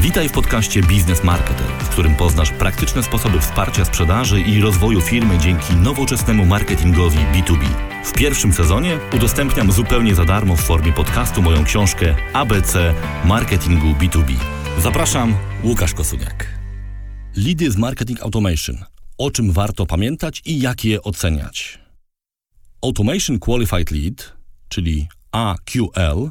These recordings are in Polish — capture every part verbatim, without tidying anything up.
Witaj w podcaście Biznes Marketer, w którym poznasz praktyczne sposoby wsparcia sprzedaży i rozwoju firmy dzięki nowoczesnemu marketingowi B dwa B. W pierwszym sezonie udostępniam zupełnie za darmo w formie podcastu moją książkę A B C Marketingu B dwa B. Zapraszam, Łukasz Kosuniak. Leady z Marketing Automation. O czym warto pamiętać i jak je oceniać? Automation Qualified Lead, czyli A Q L,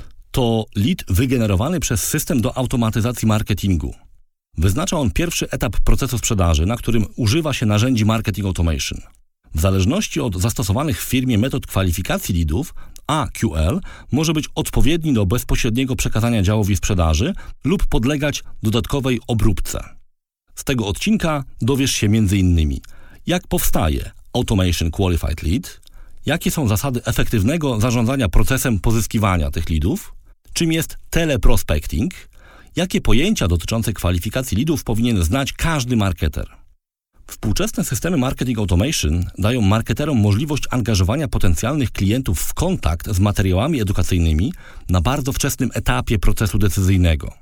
to lead wygenerowany przez system do automatyzacji marketingu. Wyznacza on pierwszy etap procesu sprzedaży, na którym używa się narzędzi Marketing Automation. W zależności od zastosowanych w firmie metod kwalifikacji leadów, A Q L może być odpowiedni do bezpośredniego przekazania działowi sprzedaży lub podlegać dodatkowej obróbce. Z tego odcinka dowiesz się między innymi, jak powstaje Automation Qualified Lead, jakie są zasady efektywnego zarządzania procesem pozyskiwania tych leadów, czym jest teleprospecting, jakie pojęcia dotyczące kwalifikacji leadów powinien znać każdy marketer. Współczesne systemy Marketing Automation dają marketerom możliwość angażowania potencjalnych klientów w kontakt z materiałami edukacyjnymi na bardzo wczesnym etapie procesu decyzyjnego.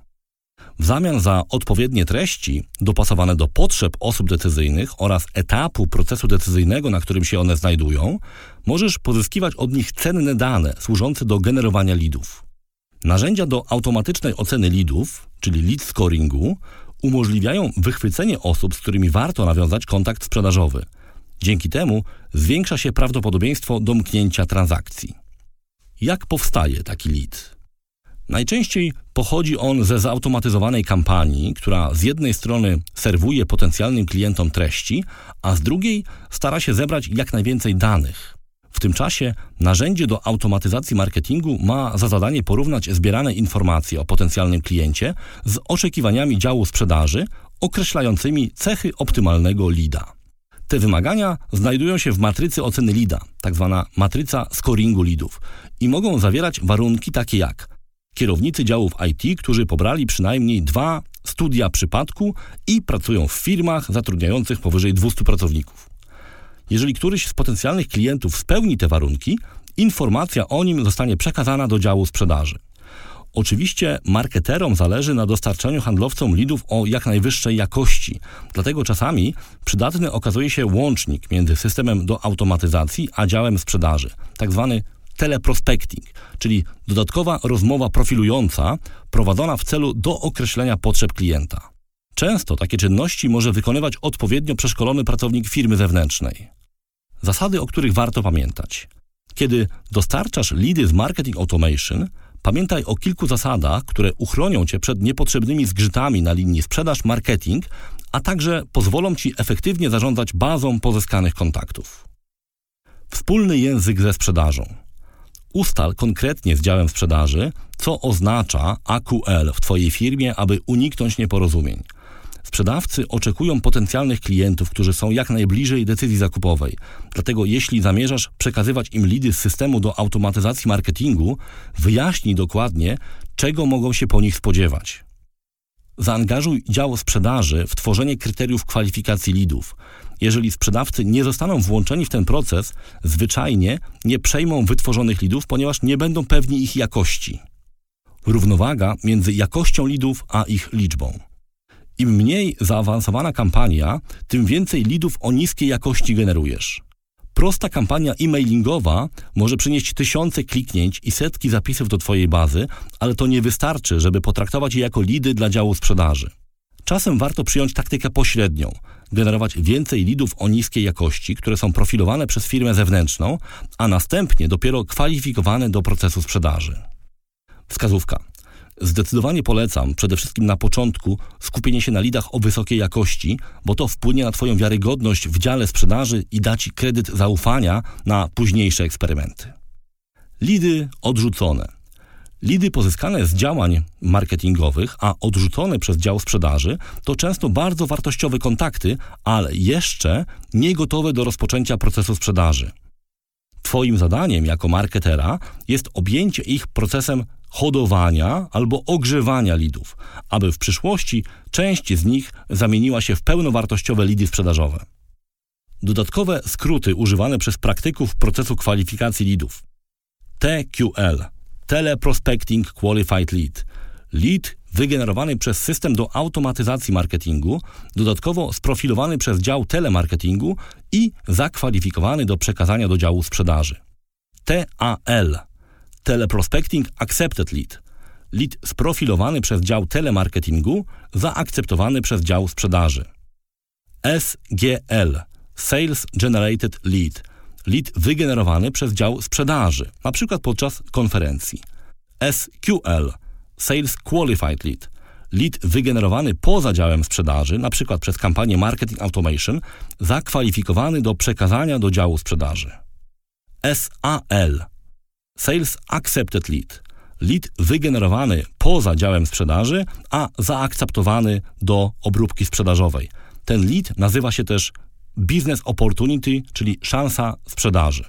W zamian za odpowiednie treści dopasowane do potrzeb osób decyzyjnych oraz etapu procesu decyzyjnego, na którym się one znajdują, możesz pozyskiwać od nich cenne dane służące do generowania leadów. Narzędzia do automatycznej oceny leadów, czyli lead scoringu, umożliwiają wychwycenie osób, z którymi warto nawiązać kontakt sprzedażowy. Dzięki temu zwiększa się prawdopodobieństwo domknięcia transakcji. Jak powstaje taki lead? Najczęściej pochodzi on ze zautomatyzowanej kampanii, która z jednej strony serwuje potencjalnym klientom treści, a z drugiej stara się zebrać jak najwięcej danych. W tym czasie narzędzie do automatyzacji marketingu ma za zadanie porównać zbierane informacje o potencjalnym kliencie z oczekiwaniami działu sprzedaży określającymi cechy optymalnego leada. Te wymagania znajdują się w matrycy oceny leada, tzw. matryca scoringu leadów, i mogą zawierać warunki takie jak kierownicy działów I T, którzy pobrali przynajmniej dwa studia przypadku i pracują w firmach zatrudniających powyżej dwieście pracowników. Jeżeli któryś z potencjalnych klientów spełni te warunki, informacja o nim zostanie przekazana do działu sprzedaży. Oczywiście marketerom zależy na dostarczaniu handlowcom leadów o jak najwyższej jakości, dlatego czasami przydatny okazuje się łącznik między systemem do automatyzacji a działem sprzedaży, tzw. teleprospecting, czyli dodatkowa rozmowa profilująca prowadzona w celu dookreślenia potrzeb klienta. Często takie czynności może wykonywać odpowiednio przeszkolony pracownik firmy zewnętrznej. Zasady, o których warto pamiętać. Kiedy dostarczasz leady z Marketing Automation, pamiętaj o kilku zasadach, które uchronią Cię przed niepotrzebnymi zgrzytami na linii sprzedaż-marketing, a także pozwolą Ci efektywnie zarządzać bazą pozyskanych kontaktów. Wspólny język ze sprzedażą. Ustal konkretnie z działem sprzedaży, co oznacza A Q L w Twojej firmie, aby uniknąć nieporozumień. Sprzedawcy oczekują potencjalnych klientów, którzy są jak najbliżej decyzji zakupowej. Dlatego jeśli zamierzasz przekazywać im leady z systemu do automatyzacji marketingu, wyjaśnij dokładnie, czego mogą się po nich spodziewać. Zaangażuj dział sprzedaży w tworzenie kryteriów kwalifikacji leadów. Jeżeli sprzedawcy nie zostaną włączeni w ten proces, zwyczajnie nie przejmą wytworzonych leadów, ponieważ nie będą pewni ich jakości. Równowaga między jakością leadów a ich liczbą. Im mniej zaawansowana kampania, tym więcej leadów o niskiej jakości generujesz. Prosta kampania e-mailingowa może przynieść tysiące kliknięć i setki zapisów do Twojej bazy, ale to nie wystarczy, żeby potraktować je jako leady dla działu sprzedaży. Czasem warto przyjąć taktykę pośrednią, generować więcej leadów o niskiej jakości, które są profilowane przez firmę zewnętrzną, a następnie dopiero kwalifikowane do procesu sprzedaży. Wskazówka. Zdecydowanie polecam przede wszystkim na początku skupienie się na leadach o wysokiej jakości, bo to wpłynie na Twoją wiarygodność w dziale sprzedaży i da Ci kredyt zaufania na późniejsze eksperymenty. Leady odrzucone. Leady pozyskane z działań marketingowych, a odrzucone przez dział sprzedaży, to często bardzo wartościowe kontakty, ale jeszcze nie gotowe do rozpoczęcia procesu sprzedaży. Twoim zadaniem jako marketera jest objęcie ich procesem hodowania albo ogrzewania leadów, aby w przyszłości część z nich zamieniła się w pełnowartościowe leady sprzedażowe. Dodatkowe skróty używane przez praktyków procesu kwalifikacji leadów. T Q L – Teleprospecting Qualified Lead – lead wygenerowany przez system do automatyzacji marketingu, dodatkowo sprofilowany przez dział telemarketingu i zakwalifikowany do przekazania do działu sprzedaży. T A L – Teleprospecting Accepted Lead. Lead sprofilowany przez dział telemarketingu, zaakceptowany przez dział sprzedaży. S G L – Sales Generated Lead. Lead wygenerowany przez dział sprzedaży, np. podczas konferencji. S Q L – Sales Qualified Lead. Lead wygenerowany poza działem sprzedaży, np. przez kampanię Marketing Automation, zakwalifikowany do przekazania do działu sprzedaży. S A L – Sales Accepted Lead. Lead wygenerowany poza działem sprzedaży, a zaakceptowany do obróbki sprzedażowej. Ten lead nazywa się też Business Opportunity, czyli szansa sprzedaży.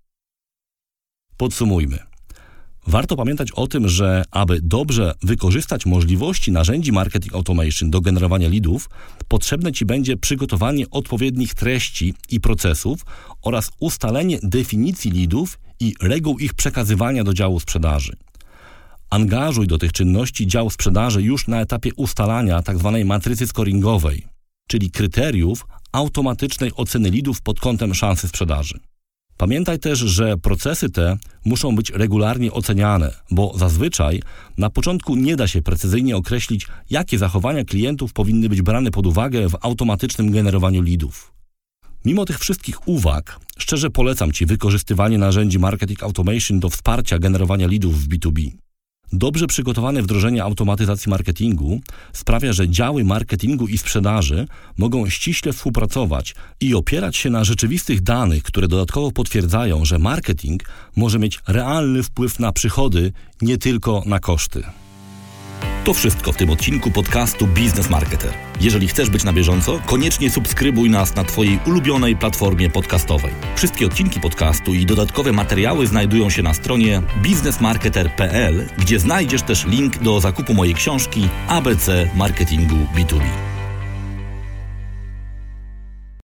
Podsumujmy. Warto pamiętać o tym, że aby dobrze wykorzystać możliwości narzędzi Marketing Automation do generowania leadów, potrzebne Ci będzie przygotowanie odpowiednich treści i procesów oraz ustalenie definicji leadów i reguł ich przekazywania do działu sprzedaży. Angażuj do tych czynności dział sprzedaży już na etapie ustalania tzw. matrycy scoringowej, czyli kryteriów automatycznej oceny leadów pod kątem szansy sprzedaży. Pamiętaj też, że procesy te muszą być regularnie oceniane, bo zazwyczaj na początku nie da się precyzyjnie określić, jakie zachowania klientów powinny być brane pod uwagę w automatycznym generowaniu leadów. Mimo tych wszystkich uwag, szczerze polecam Ci wykorzystywanie narzędzi Marketing Automation do wsparcia generowania leadów w B dwa B. Dobrze przygotowane wdrożenie automatyzacji marketingu sprawia, że działy marketingu i sprzedaży mogą ściśle współpracować i opierać się na rzeczywistych danych, które dodatkowo potwierdzają, że marketing może mieć realny wpływ na przychody, nie tylko na koszty. To wszystko w tym odcinku podcastu Biznes Marketer. Jeżeli chcesz być na bieżąco, koniecznie subskrybuj nas na Twojej ulubionej platformie podcastowej. Wszystkie odcinki podcastu i dodatkowe materiały znajdują się na stronie biznesmarketer kropka p l, gdzie znajdziesz też link do zakupu mojej książki A B C Marketingu B dwa B.